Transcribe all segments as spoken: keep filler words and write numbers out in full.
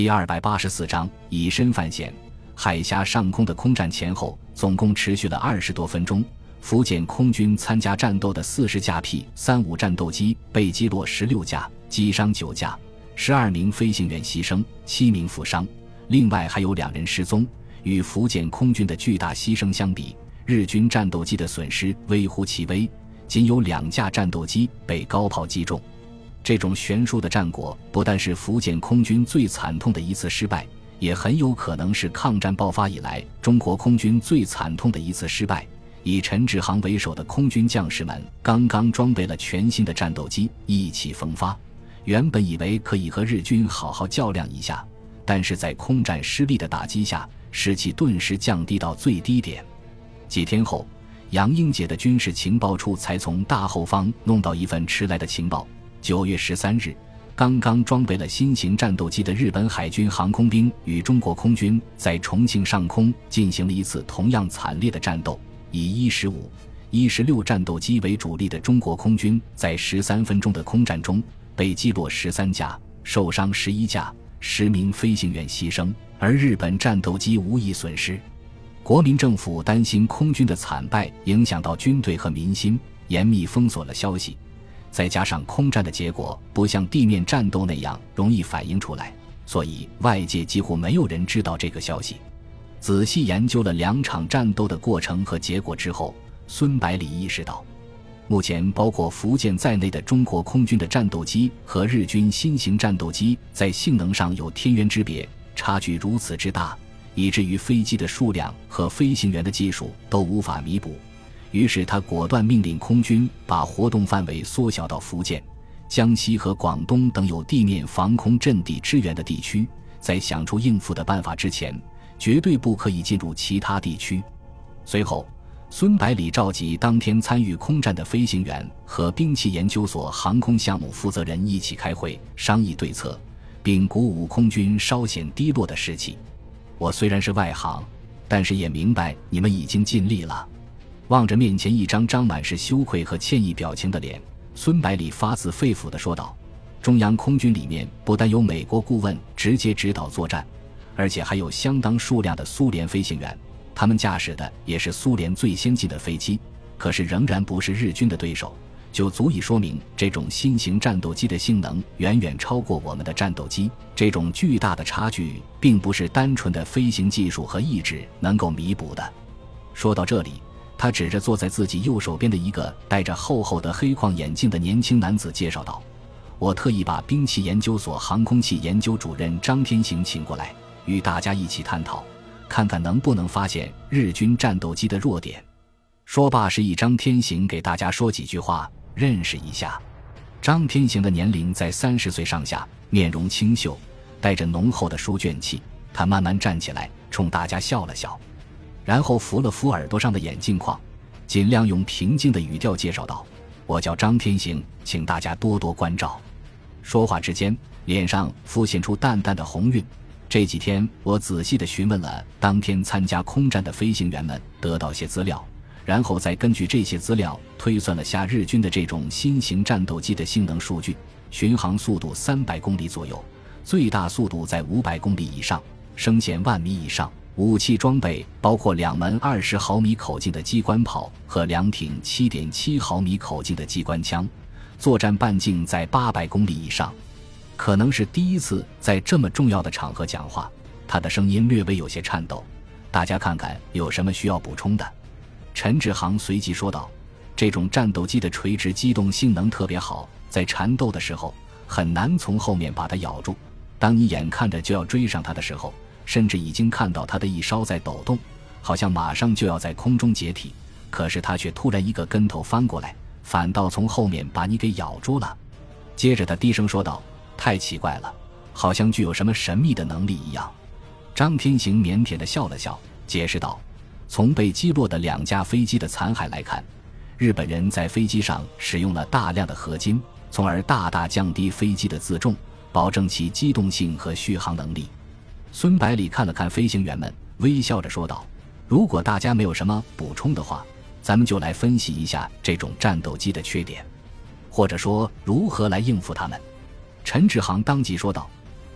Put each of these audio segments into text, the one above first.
第二百八十四章以身犯险。海峡上空的空战前后总共持续了二十多分钟，福建空军参加战斗的四十架 P三十五 战斗机被击落十六架，击伤九架，十二名飞行员牺牲，七名负伤，另外还有两人失踪。与福建空军的巨大牺牲相比，日军战斗机的损失微乎其微，仅有两架战斗机被高炮击中。这种悬殊的战果不但是福建空军最惨痛的一次失败，也很有可能是抗战爆发以来中国空军最惨痛的一次失败。以陈志航为首的空军将士们刚刚装备了全新的战斗机，意气风发，原本以为可以和日军好好较量一下，但是在空战失利的打击下，士气顿时降低到最低点。几天后，杨英杰的军事情报处才从大后方弄到一份迟来的情报。九月十三日，刚刚装备了新型战斗机的日本海军航空兵与中国空军在重庆上空进行了一次同样惨烈的战斗。以一十五、一十六战斗机为主力的中国空军在十三分钟的空战中被击落十三架，受伤十一架，十名飞行员牺牲，而日本战斗机无一损失。国民政府担心空军的惨败影响到军队和民心，严密封锁了消息。再加上空战的结果不像地面战斗那样容易反映出来，所以外界几乎没有人知道这个消息。仔细研究了两场战斗的过程和结果之后，孙百里意识到，目前包括福建在内的中国空军的战斗机和日军新型战斗机在性能上有天渊之别，差距如此之大，以至于飞机的数量和飞行员的技术都无法弥补。于是他果断命令空军把活动范围缩小到福建、江西和广东等有地面防空阵地支援的地区，在想出应付的办法之前，绝对不可以进入其他地区。随后，孙百里召集当天参与空战的飞行员和兵器研究所航空项目负责人一起开会，商议对策，并鼓舞空军稍显低落的士气。我虽然是外行，但是也明白你们已经尽力了。望着面前一张张满是羞愧和歉意表情的脸，孙百里发自肺腑地说道，中央空军里面不但有美国顾问直接指导作战，而且还有相当数量的苏联飞行员，他们驾驶的也是苏联最先进的飞机，可是仍然不是日军的对手，就足以说明这种新型战斗机的性能远远超过我们的战斗机。这种巨大的差距并不是单纯的飞行技术和意志能够弥补的。说到这里，他指着坐在自己右手边的一个戴着厚厚的黑框眼镜的年轻男子介绍道，我特意把兵器研究所航空器研究主任张天行请过来，与大家一起探讨，看看能不能发现日军战斗机的弱点。说罢示意张天行给大家说几句话，认识一下。张天行的年龄在三十岁上下，面容清秀，带着浓厚的书卷气。他慢慢站起来，冲大家笑了笑，然后扶了扶耳朵上的眼镜框，尽量用平静的语调介绍道，我叫张天行，请大家多多关照。说话之间，脸上浮现出淡淡的红晕。这几天我仔细地询问了当天参加空战的飞行员们，得到些资料，然后再根据这些资料推算了下日军的这种新型战斗机的性能数据。巡航速度三百公里左右，最大速度在五百公里以上，声线万米以上。武器装备包括两门二十毫米口径的机关炮和两挺七点七毫米口径的机关枪，作战半径在八百公里以上。可能是第一次在这么重要的场合讲话，他的声音略微有些颤抖。大家看看有什么需要补充的？陈志航随即说道，这种战斗机的垂直机动性能特别好，在缠斗的时候很难从后面把它咬住，当你眼看着就要追上它的时候，甚至已经看到它的一梢在抖动，好像马上就要在空中解体，可是它却突然一个跟头翻过来，反倒从后面把你给咬住了。接着他低声说道，太奇怪了，好像具有什么神秘的能力一样。张天行腼腆地笑了笑，解释道，从被击落的两架飞机的残骸来看，日本人在飞机上使用了大量的合金，从而大大降低飞机的自重，保证其机动性和续航能力。孙百里看了看飞行员们，微笑着说道，如果大家没有什么补充的话，咱们就来分析一下这种战斗机的缺点，或者说如何来应付它们。陈志航当即说道，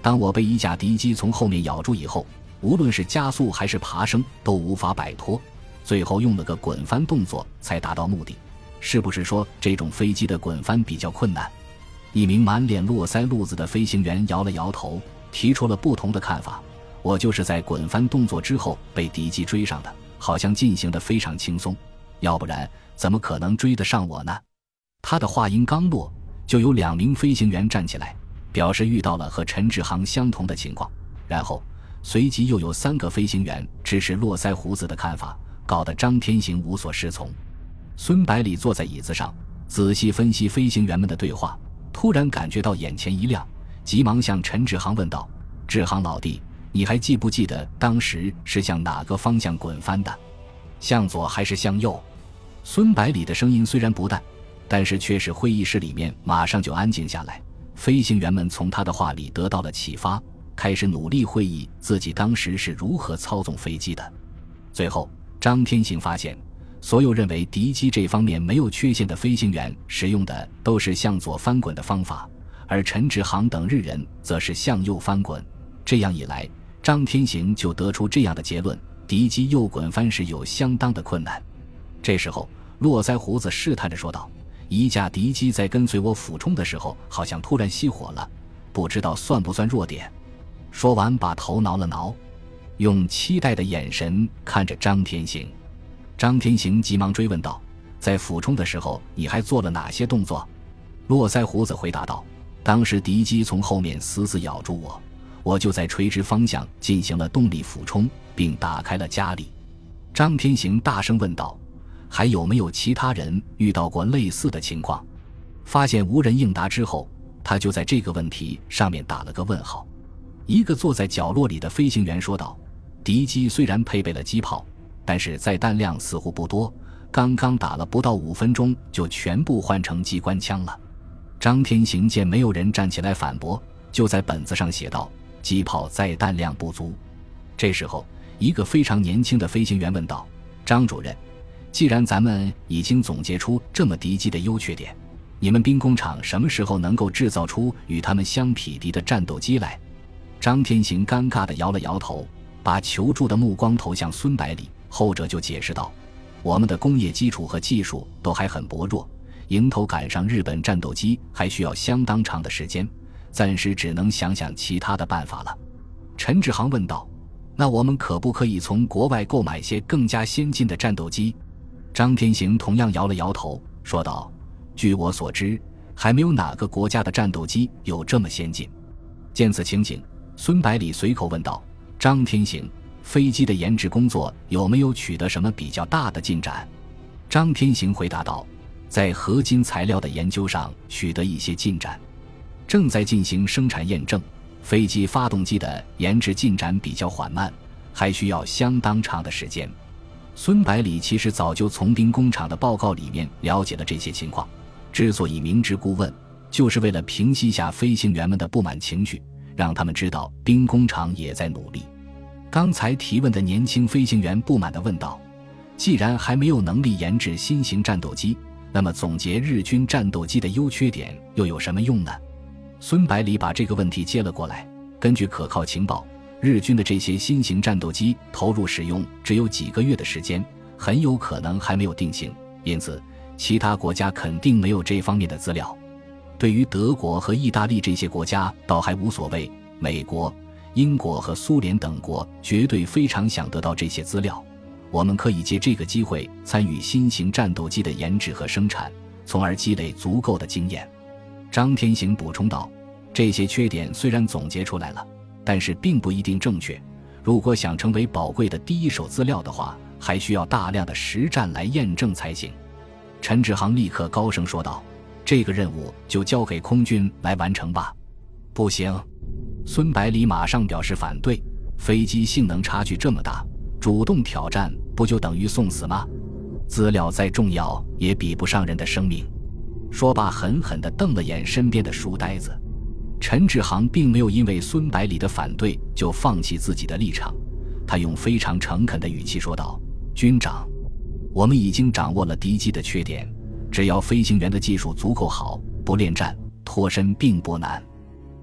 当我被一架敌机从后面咬住以后，无论是加速还是爬升都无法摆脱，最后用了个滚翻动作才达到目的。是不是说这种飞机的滚翻比较困难？一名满脸络腮路子的飞行员摇了摇头，提出了不同的看法。我就是在滚翻动作之后被敌机追上的，好像进行得非常轻松，要不然怎么可能追得上我呢？他的话音刚落，就有两名飞行员站起来，表示遇到了和陈志航相同的情况，然后随即又有三个飞行员支持络腮胡子的看法，搞得张天行无所适从。孙百里坐在椅子上，仔细分析飞行员们的对话，突然感觉到眼前一亮，急忙向陈志航问道：志航老弟，你还记不记得当时是向哪个方向滚翻的？向左还是向右？孙百里的声音虽然不淡，但是却使会议室里面马上就安静下来。飞行员们从他的话里得到了启发，开始努力会议自己当时是如何操纵飞机的。最后张天行发现，所有认为敌机这方面没有缺陷的飞行员使用的都是向左翻滚的方法，而陈志航等日人则是向右翻滚。这样一来，张天行就得出这样的结论：敌机右滚翻时有相当的困难。这时候络腮胡子试探着说道：一架敌机在跟随我俯冲的时候好像突然熄火了，不知道算不算弱点。说完把头挠了挠，用期待的眼神看着张天行。张天行急忙追问道：在俯冲的时候你还做了哪些动作？络腮胡子回答道：当时敌机从后面死死咬住我，我就在垂直方向进行了动力俯冲，并打开了加力。张天行大声问道：还有没有其他人遇到过类似的情况？发现无人应答之后，他就在这个问题上面打了个问号。一个坐在角落里的飞行员说道：敌机虽然配备了机炮，但是载弹量似乎不多，刚刚打了不到五分钟就全部换成机关枪了。张天行见没有人站起来反驳，就在本子上写道：机炮载弹量不足。这时候一个非常年轻的飞行员问道：张主任，既然咱们已经总结出这么敌机的优缺点，你们兵工厂什么时候能够制造出与他们相匹敌的战斗机来？张天行尴尬地摇了摇头，把求助的目光投向孙百里，后者就解释道：我们的工业基础和技术都还很薄弱，迎头赶上日本战斗机还需要相当长的时间，暂时只能想想其他的办法了。陈志航问道：那我们可不可以从国外购买些更加先进的战斗机？张天行同样摇了摇头，说道：据我所知，还没有哪个国家的战斗机有这么先进。见此情景，孙百里随口问道：张天行，飞机的研制工作有没有取得什么比较大的进展？张天行回答道：在合金材料的研究上取得一些进展，正在进行生产验证。飞机发动机的研制进展比较缓慢，还需要相当长的时间。孙百里其实早就从兵工厂的报告里面了解了这些情况，之所以明知故问，就是为了平息下飞行员们的不满情绪，让他们知道兵工厂也在努力。刚才提问的年轻飞行员不满地问道：既然还没有能力研制新型战斗机，那么总结日军战斗机的优缺点又有什么用呢？孙百里把这个问题接了过来，根据可靠情报，日军的这些新型战斗机投入使用只有几个月的时间，很有可能还没有定型，因此其他国家肯定没有这方面的资料。对于德国和意大利这些国家倒还无所谓，美国、英国和苏联等国绝对非常想得到这些资料。我们可以借这个机会参与新型战斗机的研制和生产，从而积累足够的经验。张天行补充道：这些缺点虽然总结出来了，但是并不一定正确，如果想成为宝贵的第一手资料的话，还需要大量的实战来验证才行。陈志航立刻高声说道：这个任务就交给空军来完成吧。不行，孙百里马上表示反对，飞机性能差距这么大，主动挑战不就等于送死吗？资料再重要也比不上人的生命。说罢狠狠地瞪了眼身边的书呆子。陈志航并没有因为孙百里的反对就放弃自己的立场，他用非常诚恳的语气说道：军长，我们已经掌握了敌机的缺点，只要飞行员的技术足够好，不恋战脱身并不难。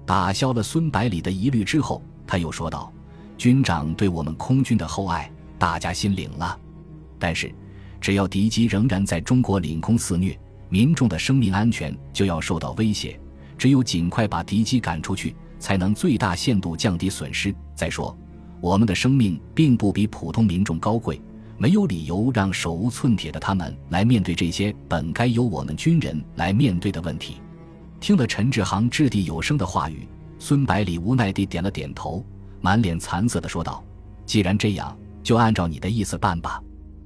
打消了孙百里的疑虑之后，他又说道：军长对我们空军的厚爱，大家心领了。但是只要敌机仍然在中国领空肆虐，民众的生命安全就要受到威胁，只有尽快把敌机赶出去，才能最大限度降低损失。再说，我们的生命并不比普通民众高贵，没有理由让手无寸铁的他们来面对这些本该由我们军人来面对的问题。听了陈志航掷地有声的话语，孙百里无奈地点了点头，满脸惭色地说道：既然这样，就按照你的意思办吧。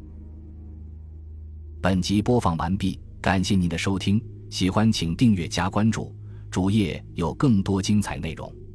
本集播放完毕，感谢您的收听，喜欢请订阅加关注，主页有更多精彩内容。